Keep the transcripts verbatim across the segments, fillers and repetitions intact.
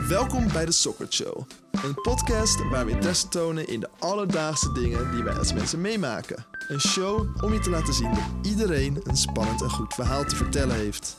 Welkom bij de Soccer Show. Een podcast waar we interesse tonen in de alledaagse dingen die wij als mensen meemaken. Een show om je te laten zien dat iedereen een spannend en goed verhaal te vertellen heeft.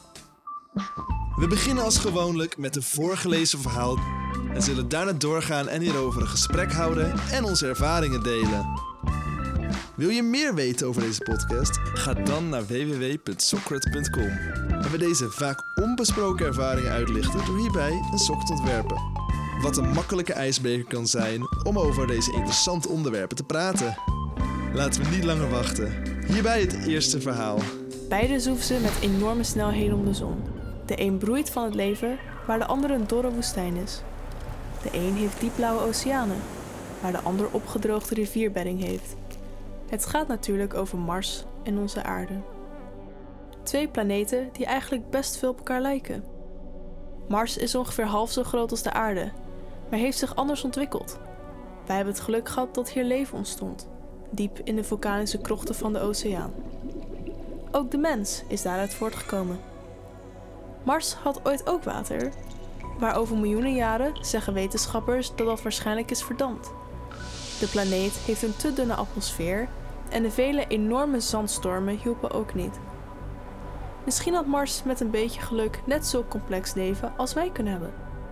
We beginnen als gewoonlijk met een voorgelezen verhaal en zullen daarna doorgaan en hierover een gesprek houden en onze ervaringen delen. Wil je meer weten over deze podcast? Ga dan naar w w w punt socrat punt com. En we deze vaak onbesproken ervaringen uitlichten door hierbij een sok te ontwerpen. Wat een makkelijke ijsbreker kan zijn om over deze interessante onderwerpen te praten. Laten we niet langer wachten. Hierbij het eerste verhaal. Beiden zoeven ze met enorme snelheden om de zon. De een broeit van het leven, waar de ander een dorre woestijn is. De een heeft diepblauwe oceanen, waar de ander opgedroogde rivierbedding heeft. Het gaat natuurlijk over Mars en onze aarde. Twee planeten die eigenlijk best veel op elkaar lijken. Mars is ongeveer half zo groot als de aarde, maar heeft zich anders ontwikkeld. Wij hebben het geluk gehad dat hier leven ontstond, diep in de vulkanische krochten van de oceaan. Ook de mens is daaruit voortgekomen. Mars had ooit ook water, maar over miljoenen jaren zeggen wetenschappers dat dat waarschijnlijk is verdampt. De planeet heeft een te dunne atmosfeer en de vele enorme zandstormen hielpen ook niet. Misschien had Mars met een beetje geluk net zo complex leven als wij kunnen hebben.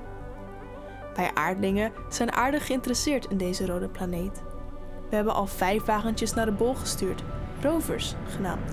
Wij aardlingen zijn aardig geïnteresseerd in deze rode planeet. We hebben al vijf wagentjes naar de bol gestuurd, rovers genaamd.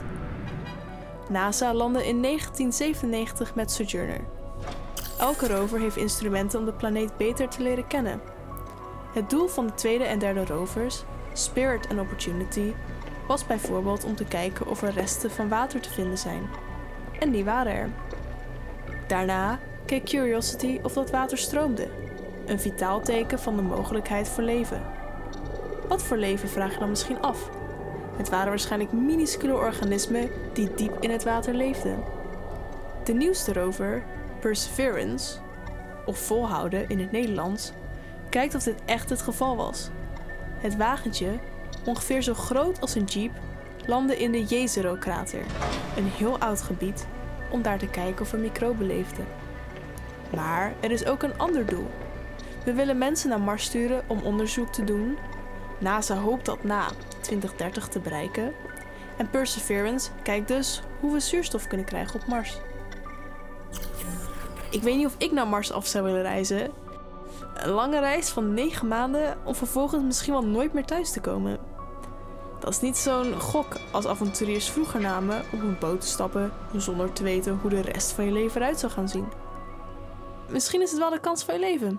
NASA landde in negentien zevenennegentig met Sojourner. Elke rover heeft instrumenten om de planeet beter te leren kennen. Het doel van de tweede en derde rovers, Spirit en Opportunity, was bijvoorbeeld om te kijken of er resten van water te vinden zijn. En die waren er. Daarna keek Curiosity of dat water stroomde, een vitaal teken van de mogelijkheid voor leven. Wat voor leven vraag je dan misschien af? Het waren waarschijnlijk minuscule organismen die diep in het water leefden. De nieuwste rover, Perseverance, of Volhouden in het Nederlands, kijkt of dit echt het geval was. Het wagentje, ongeveer zo groot als een jeep, landde in de Jezero-krater, een heel oud gebied, om daar te kijken of er microben leefden. Maar er is ook een ander doel. We willen mensen naar Mars sturen om onderzoek te doen. NASA hoopt dat na twintig dertig te bereiken. En Perseverance kijkt dus hoe we zuurstof kunnen krijgen op Mars. Ik weet niet of ik naar Mars af zou willen reizen. Een lange reis van negen maanden om vervolgens misschien wel nooit meer thuis te komen. Dat is niet zo'n gok als avonturiers vroeger namen om een boot te stappen zonder te weten hoe de rest van je leven eruit zou gaan zien. Misschien is het wel de kans van je leven.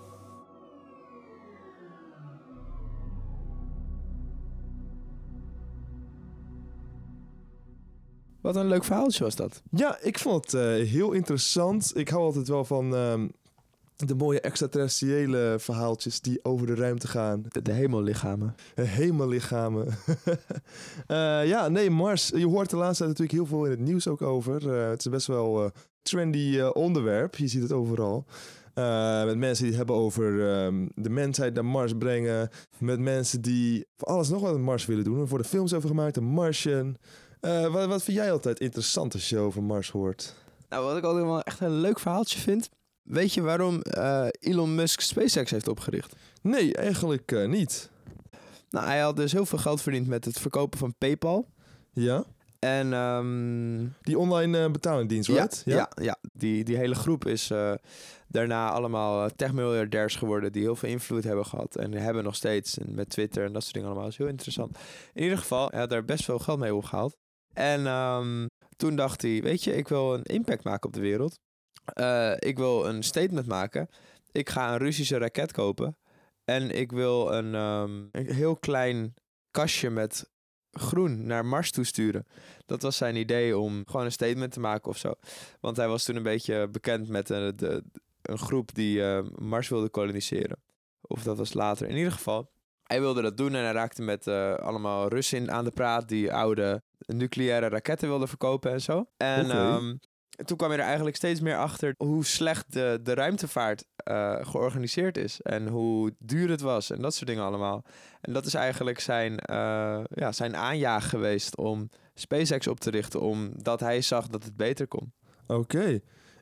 Wat een leuk verhaaltje was dat. Ja, ik vond het uh, heel interessant. Ik hou altijd wel van uh, de mooie extraterrestriële verhaaltjes die over de ruimte gaan. De, de hemellichamen. De hemellichamen. uh, ja, nee, Mars. Je hoort de laatste tijd natuurlijk heel veel in het nieuws ook over. Uh, het is best wel uh, trendy uh, onderwerp. Je ziet het overal. Uh, met mensen die het hebben over um, de mensheid naar Mars brengen. Met mensen die voor alles nog wat met Mars willen doen. Er worden films over gemaakt, de Martian. Uh, wat, wat vind jij altijd interessant als je over Mars hoort? Nou, wat ik altijd wel echt een leuk verhaaltje vind. Weet je waarom uh, Elon Musk SpaceX heeft opgericht? Nee, eigenlijk uh, niet. Nou, hij had dus heel veel geld verdiend met het verkopen van PayPal. Ja? En um, die online uh, betalingdienst, right? Ja, ja? ja, ja. Die, die hele groep is uh, daarna allemaal techmiljardairs geworden die heel veel invloed hebben gehad. En hebben nog steeds en met Twitter en dat soort dingen allemaal. Dat is heel interessant. In ieder geval, hij had daar best veel geld mee opgehaald. En um, toen dacht hij, weet je, ik wil een impact maken op de wereld. Uh, ik wil een statement maken. Ik ga een Russische raket kopen. En ik wil een, um, een heel klein kastje met groen naar Mars toesturen. Dat was zijn idee om gewoon een statement te maken of zo. Want hij was toen een beetje bekend met uh, de, een groep die uh, Mars wilde koloniseren. Of dat was later. In ieder geval, hij wilde dat doen en hij raakte met uh, allemaal Russen aan de praat die oude nucleaire raketten wilden verkopen en zo. En okay. um, toen kwam je er eigenlijk steeds meer achter hoe slecht de, de ruimtevaart uh, georganiseerd is. En hoe duur het was en dat soort dingen allemaal. En dat is eigenlijk zijn, uh, ja, zijn aanjaag geweest om SpaceX op te richten. Omdat hij zag dat het beter kon. Oké. Okay.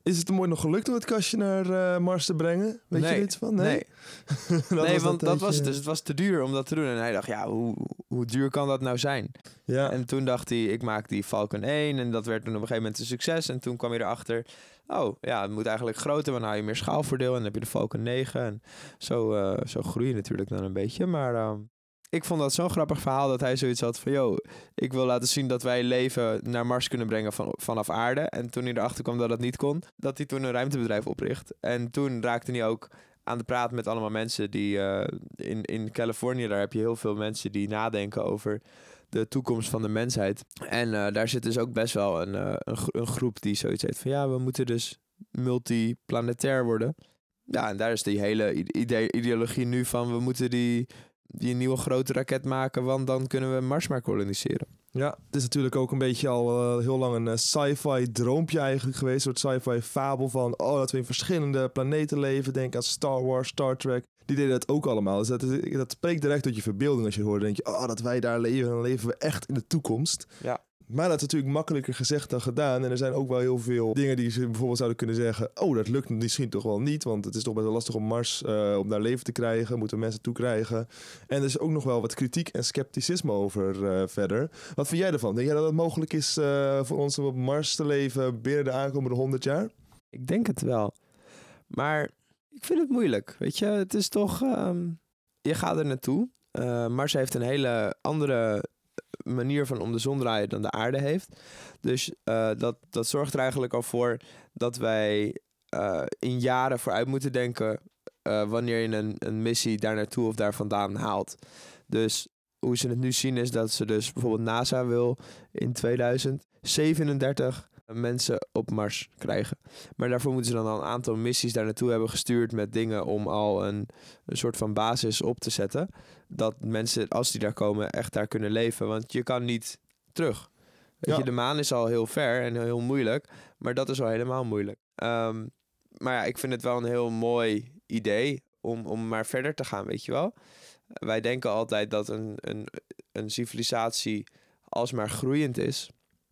Is het hem ooit nog gelukt om het kastje naar uh, Mars te brengen? Weet nee, je er iets van? Nee, nee. dat nee was want dat tijdje... was het dus. Het was te duur om dat te doen. En hij dacht, ja, hoe, hoe duur kan dat nou zijn? Ja. En toen dacht hij, ik maak die Falcon één. En dat werd toen op een gegeven moment een succes. En toen kwam hij erachter, oh ja, het moet eigenlijk groter. Want dan hou je meer schaalvoordeel. En dan heb je de Falcon negen. En zo, uh, zo groei je natuurlijk dan een beetje. Maar uh, ik vond dat zo'n grappig verhaal dat hij zoiets had van, yo, ik wil laten zien dat wij leven naar Mars kunnen brengen van, vanaf aarde. En toen hij erachter kwam dat dat niet kon, dat hij toen een ruimtebedrijf opricht. En toen raakte hij ook aan de praat met allemaal mensen die uh, in, in Californië, daar heb je heel veel mensen die nadenken over de toekomst van de mensheid. En uh, daar zit dus ook best wel een, uh, een, gro- een groep die zoiets heeft van, ja, we moeten dus multiplanetair worden. Ja, en daar is die hele ide- ideologie nu van, we moeten die, die nieuwe grote raket maken, want dan kunnen we Mars maar koloniseren. Ja, het is natuurlijk ook een beetje al uh, heel lang een uh, sci-fi droompje eigenlijk geweest. Een soort sci-fi fabel van, oh, dat we in verschillende planeten leven. Denk aan Star Wars, Star Trek. Die deden dat ook allemaal. Dus dat, is, dat spreekt direct tot je verbeelding als je hoort. Dan denk je, oh, dat wij daar leven, dan leven we echt in de toekomst. Ja. Maar dat is natuurlijk makkelijker gezegd dan gedaan. En er zijn ook wel heel veel dingen die ze bijvoorbeeld zouden kunnen zeggen, oh, dat lukt misschien toch wel niet. Want het is toch best wel lastig om Mars, uh, om daar leven te krijgen. Moeten mensen toe krijgen. En er is ook nog wel wat kritiek en scepticisme over uh, verder. Wat vind jij ervan? Denk jij dat het mogelijk is uh, voor ons om op Mars te leven binnen de aankomende honderd jaar? Ik denk het wel. Maar ik vind het moeilijk. Weet je, het is toch, um, je gaat er naartoe. Uh, Mars heeft een hele andere manier van om de zon draaien dan de aarde heeft. Dus uh, dat, dat zorgt er eigenlijk al voor dat wij uh, in jaren vooruit moeten denken uh, wanneer je een, een missie daar naartoe of daar vandaan haalt. Dus hoe ze het nu zien is dat ze dus bijvoorbeeld NASA wil in tweeduizend zevenendertig mensen op Mars krijgen. Maar daarvoor moeten ze dan al een aantal missies daar naartoe hebben gestuurd met dingen om al een, een soort van basis op te zetten. Dat mensen, als die daar komen, echt daar kunnen leven. Want je kan niet terug. Weet Ja. je, de maan is al heel ver en heel moeilijk. Maar dat is al helemaal moeilijk. Um, maar ja, ik vind het wel een heel mooi idee om, om maar verder te gaan, weet je wel. Wij denken altijd dat een, een, een civilisatie alsmaar groeiend is.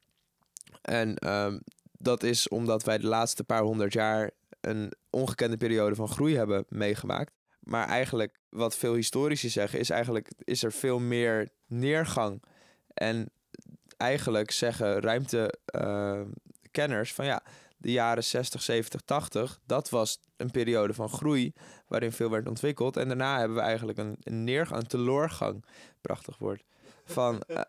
En um, dat is omdat wij de laatste paar honderd jaar een ongekende periode van groei hebben meegemaakt. Maar eigenlijk, wat veel historici zeggen, is eigenlijk is er veel meer neergang. En eigenlijk zeggen ruimtekenners uh, van ja, de jaren zestig, zeventig, tachtig, dat was een periode van groei waarin veel werd ontwikkeld. En daarna hebben we eigenlijk een, een neergang, een teloorgang, prachtig woord, van, uh,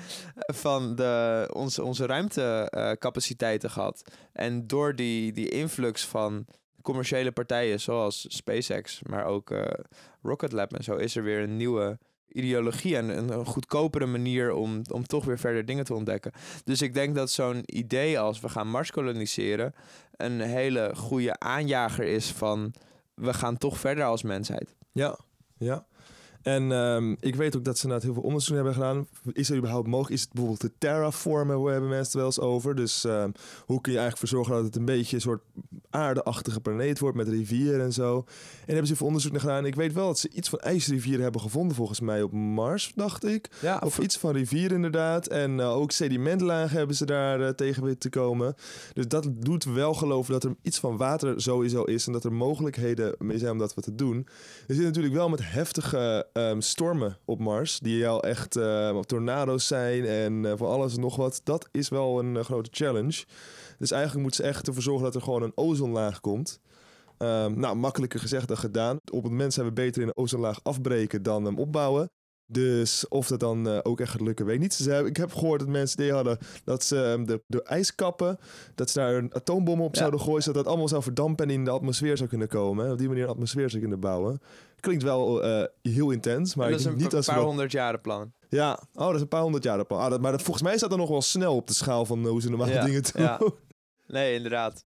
van de, onze, onze ruimtecapaciteiten uh, gehad. En door die, die influx van commerciële partijen zoals SpaceX, maar ook uh, Rocket Lab en zo, is er weer een nieuwe ideologie en een, een goedkopere manier om, om toch weer verder dingen te ontdekken. Dus ik denk dat zo'n idee als we gaan Mars koloniseren een hele goede aanjager is van we gaan toch verder als mensheid. Ja, ja. En um, ik weet ook dat ze inderdaad heel veel onderzoek hebben gedaan. Is er überhaupt mogelijk? Is het bijvoorbeeld de terraformen? Waar hebben mensen het wel eens over? Dus um, hoe kun je eigenlijk voor zorgen dat het een beetje een soort aardeachtige planeet wordt met rivieren en zo. En daar hebben ze veel onderzoek naar gedaan. Ik weet wel dat ze iets van ijsrivieren hebben gevonden volgens mij op Mars, dacht ik. Ja, of iets van rivieren inderdaad. En uh, ook sedimentlagen hebben ze daar uh, tegen weten te komen. Dus dat doet wel geloven dat er iets van water sowieso is en dat er mogelijkheden mee zijn om dat wat te doen. Er zit natuurlijk wel met heftige Um, stormen op Mars, die al echt uh, tornado's zijn en uh, van alles en nog wat. Dat is wel een uh, grote challenge. Dus eigenlijk moeten ze echt ervoor zorgen dat er gewoon een ozonlaag komt. Um, nou, makkelijker gezegd dan gedaan. Op het moment zijn we beter in een ozonlaag afbreken dan hem opbouwen. Dus of dat dan uh, ook echt gaat lukken, weet ik niet. Ze hebben, ik heb gehoord dat mensen die hadden dat ze um, de, de ijskappen, dat ze daar een atoombom op ja. zouden gooien, zodat dat allemaal zou verdampen en in de atmosfeer zou kunnen komen. En op die manier een atmosfeer zou kunnen bouwen. Klinkt wel uh, heel intens, maar dat ik is een niet pa- als paar dat... honderd jaren plan. Ja, oh, dat is een paar honderd jaren plan. Ah, dat, maar dat, volgens mij staat dat nog wel snel op de schaal van uh, hoe ze normaal ja, dingen doen. Ja. Nee, inderdaad.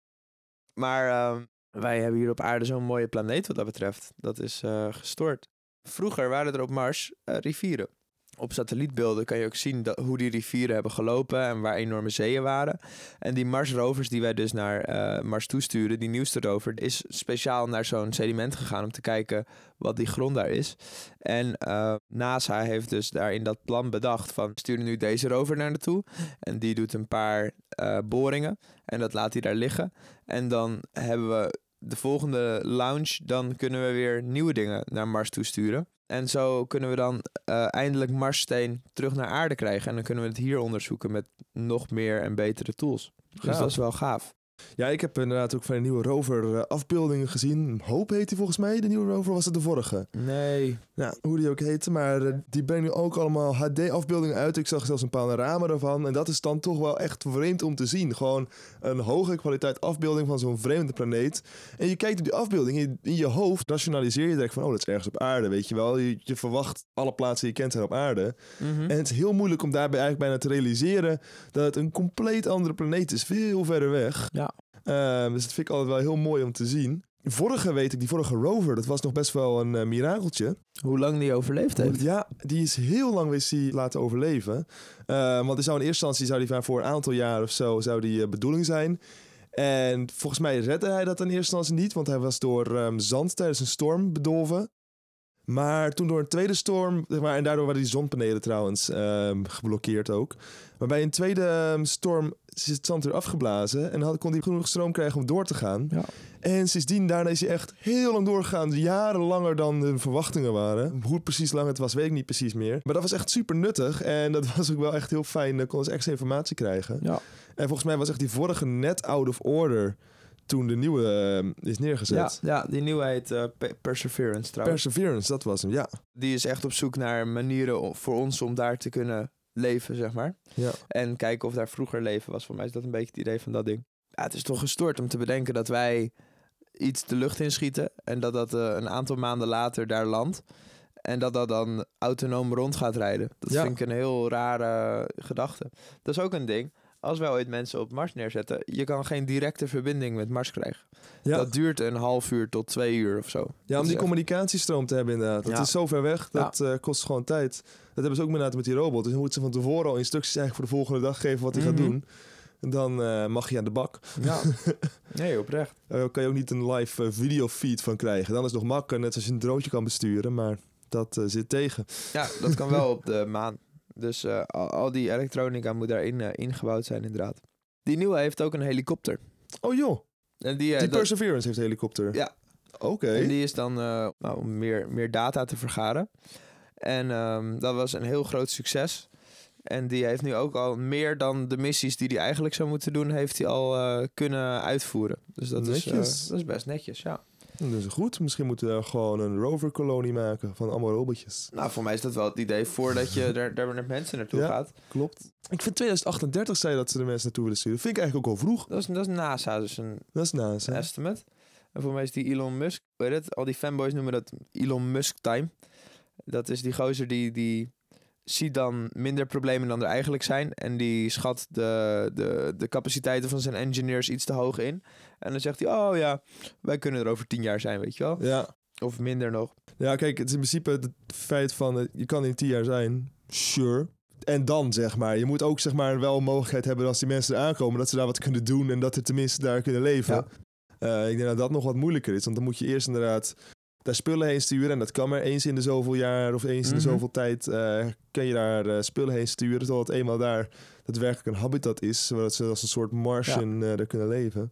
Maar uh, wij hebben hier op aarde zo'n mooie planeet wat dat betreft. Dat is uh, gestoord. Vroeger waren er op Mars uh, rivieren. op satellietbeelden kan je ook zien dat, hoe die rivieren hebben gelopen en waar enorme zeeën waren. En die Mars rovers die wij dus naar uh, Mars toesturen, die nieuwste rover, is speciaal naar zo'n sediment gegaan om te kijken wat die grond daar is. En uh, NASA heeft dus daar in dat plan bedacht van, we sturen nu deze rover naar naartoe en die doet een paar uh, boringen en dat laat hij daar liggen. En dan hebben we de volgende launch, dan kunnen we weer nieuwe dingen naar Mars toesturen. En zo kunnen we dan uh, eindelijk Marssteen terug naar aarde krijgen. En dan kunnen we het hier onderzoeken met nog meer en betere tools. Dus Gaaf. dat is wel gaaf. Ja, ik heb inderdaad ook van een nieuwe rover uh, afbeeldingen gezien. Hope heet die volgens mij, de nieuwe rover, was het de vorige? Nee. Ja, hoe die ook heette, maar uh, die brengt nu ook allemaal H D-afbeeldingen uit. Ik zag zelfs een panorama ervan en dat is dan toch wel echt vreemd om te zien. Gewoon een hoge kwaliteit afbeelding van zo'n vreemde planeet. En je kijkt op die afbeelding, in, in je hoofd rationaliseer je direct van, oh, dat is ergens op aarde, weet je wel. Je, je verwacht alle plaatsen die je kent zijn op aarde. Mm-hmm. En het is heel moeilijk om daarbij eigenlijk bijna te realiseren dat het een compleet andere planeet is, veel verder weg. Ja. Uh, dus dat vind ik altijd wel heel mooi om te zien. Vorige weet ik, die vorige rover, dat was nog best wel een uh, mirakeltje. Hoe lang die overleefd heeft? Ja, die is heel lang wist die laten overleven. Uh, want die zou in eerste instantie zou die voor een aantal jaar of zo zou die uh, bedoeling zijn. En volgens mij redde hij dat in eerste instantie niet, want hij was door um, zand tijdens een storm bedolven. Maar toen door een tweede storm, en daardoor waren die zonpanelen trouwens um, geblokkeerd ook. Maar bij een tweede um, storm is het zand weer afgeblazen en had, kon hij genoeg stroom krijgen om door te gaan. Ja. En sindsdien daarna is hij echt heel lang doorgegaan, jaren langer dan de verwachtingen waren. Hoe precies lang het was, weet ik niet precies meer. Maar dat was echt super nuttig en dat was ook wel echt heel fijn. Dan kon ze extra informatie krijgen. Ja. En volgens mij was echt die vorige net out of order toen de nieuwe uh, is neergezet. Ja, ja, die nieuwe heet uh, Perseverance trouwens. Perseverance, dat was hem, ja. Die is echt op zoek naar manieren voor ons om daar te kunnen leven, zeg maar. Ja. En kijken of daar vroeger leven was. Voor mij is dat een beetje het idee van dat ding. Ja, het is toch gestoord om te bedenken dat wij iets de lucht inschieten en dat dat uh, een aantal maanden later daar landt. En dat dat dan autonoom rond gaat rijden. Dat Ja. vind ik een heel rare gedachte. Dat is ook een ding. Als wij ooit mensen op Mars neerzetten, je kan geen directe verbinding met Mars krijgen. Ja. Dat duurt een half uur tot twee uur of zo. Ja, Dat om is die echt- communicatiestroom te hebben inderdaad. Dat Ja. is zo ver weg, dat uh, kost gewoon tijd. Dat hebben ze ook inderdaad met die robot. Dus dan moeten ze van tevoren al instructies eigenlijk voor de volgende dag geven wat hij Mhm. gaat doen. En dan uh, mag je aan de bak. Ja. Nee, oprecht. Daar kan je ook niet een live uh, videofeed van krijgen. Dan is het nog makkelijker, net als je een droontje kan besturen. Maar dat uh, zit tegen. Ja, dat kan wel op de maan. Dus uh, al, al die elektronica moet daarin uh, ingebouwd zijn inderdaad. Die nieuwe heeft ook een helikopter. Oh joh, En die, uh, die dat- Perseverance heeft een helikopter. Ja. Oké. En die is dan uh, nou, om meer, meer data te vergaren. En um, dat was een heel groot succes. En die heeft nu ook al meer dan de missies die hij eigenlijk zou moeten doen, heeft hij al uh, kunnen uitvoeren. Dus dat is, uh, Netjes. dat is best netjes, ja. Dat is goed. Misschien moeten we gewoon een rover-kolonie maken van allemaal robotjes. Nou, voor mij is dat wel het idee voordat je daar, daar met mensen naartoe Ja. gaat. Klopt. Ik vind twintig achtendertig zei dat ze de mensen naartoe willen sturen. Vind ik eigenlijk ook wel vroeg. Dat is, dat is NASA, dus een Dat is NASA. estimate. En voor mij is die Elon Musk, weet het, al die fanboys noemen dat Elon Musk time. Dat is die gozer die, die ziet dan minder problemen dan er eigenlijk zijn. En die schat de, de, de capaciteiten van zijn engineers iets te hoog in. En dan zegt hij, oh ja, wij kunnen er over tien jaar zijn, weet je wel. Ja. Of minder nog. Ja, kijk, het is in principe het feit van, uh, je kan in tien jaar zijn, sure. En dan, zeg maar, je moet ook zeg maar wel een mogelijkheid hebben als die mensen er aankomen, dat ze daar wat kunnen doen en dat ze tenminste daar kunnen leven. Ja. Uh, ik denk dat dat nog wat moeilijker is, want dan moet je eerst inderdaad daar spullen heen sturen en dat kan maar eens in de zoveel jaar of eens in de Mhm. zoveel tijd uh, kan je daar uh, spullen heen sturen, totdat eenmaal daar daadwerkelijk een habitat is, zodat ze als een soort Martian uh, daar kunnen leven.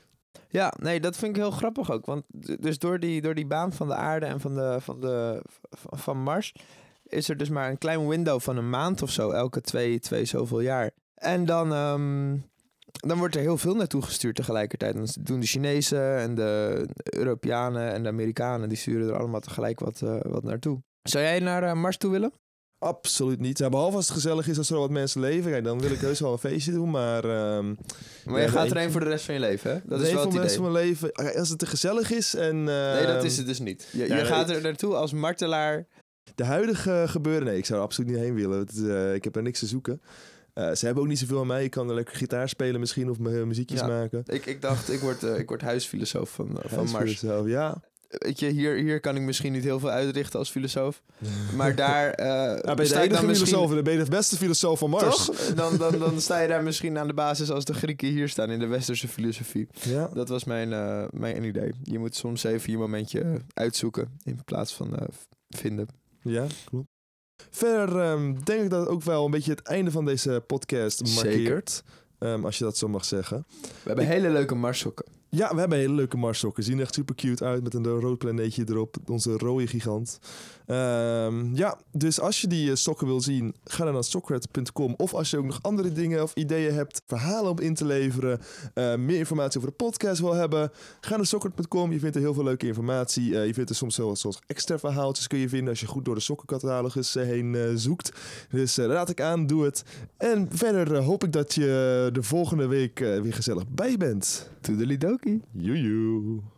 Ja, nee, dat vind ik heel grappig ook. Want d- dus door die, door die baan van de aarde en van, de, van, de, v- van Mars is er dus maar een klein window van een maand of zo, elke twee, twee zoveel jaar. En dan, ehm, dan wordt er heel veel naartoe gestuurd tegelijkertijd. Dan doen de Chinezen en de Europeanen en de Amerikanen, die sturen er allemaal tegelijk wat, uh, wat naartoe. Zou jij naar uh, Mars toe willen? Absoluut niet. Ja, behalve als het gezellig is als er al wat mensen leven. Kijk, dan wil ik heus wel een feestje doen, maar... Um, Maar ja, je gaat de er een- één voor de rest van je leven, hè? Dat is een wel van het de rest idee. van mijn leven... Kijk, als het te gezellig is en... Uh, Nee, dat is het dus niet. Je, Ja, je nee, gaat ik- er naartoe als martelaar. De huidige gebeuren... Nee, ik zou er absoluut niet heen willen. Het, uh, ik heb er niks te zoeken. Uh, ze hebben ook niet zoveel aan mij. Ik kan er lekker gitaar spelen misschien of mu- muziekjes Ja. maken. Ik, ik dacht, ik word, uh, ik word huisfilosoof van, uh, van Mars. Zelf, ja. weet je, hier, hier kan ik misschien niet heel veel uitrichten als filosoof. Maar daar uh, Ja, ben je sta de ik dan enige misschien... filosoof en dan ben je de beste filosoof van Mars. Toch? Dan, dan, dan sta je daar misschien aan de basis als de Grieken hier staan in de westerse filosofie. Ja. Dat was mijn, uh, mijn idee. Je moet soms even je momentje uh, uitzoeken in plaats van uh, vinden. Ja, klopt. Verder um, denk ik dat het ook wel een beetje het einde van deze podcast markeert. Um, als je dat zo mag zeggen. We hebben ik... hele leuke marssokken. Ja, we hebben hele leuke marssokken. Zien er echt super cute uit met een rood planeetje erop. Onze rode gigant. Um, ja, dus als je die uh, sokken wil zien, ga dan naar sokred punt com. Of als je ook nog andere dingen of ideeën hebt, verhalen om in te leveren, uh, meer informatie over de podcast wil hebben, ga naar sokred punt com. Je vindt er heel veel leuke informatie. Uh, je vindt er soms wel zoals extra verhaaltjes kun je vinden als je goed door de sokkencatalogus uh, heen uh, zoekt. Dus uh, raad ik aan, doe het. En verder uh, hoop ik dat je de volgende week uh, weer gezellig bij bent. Toedelidokie. Joejoe.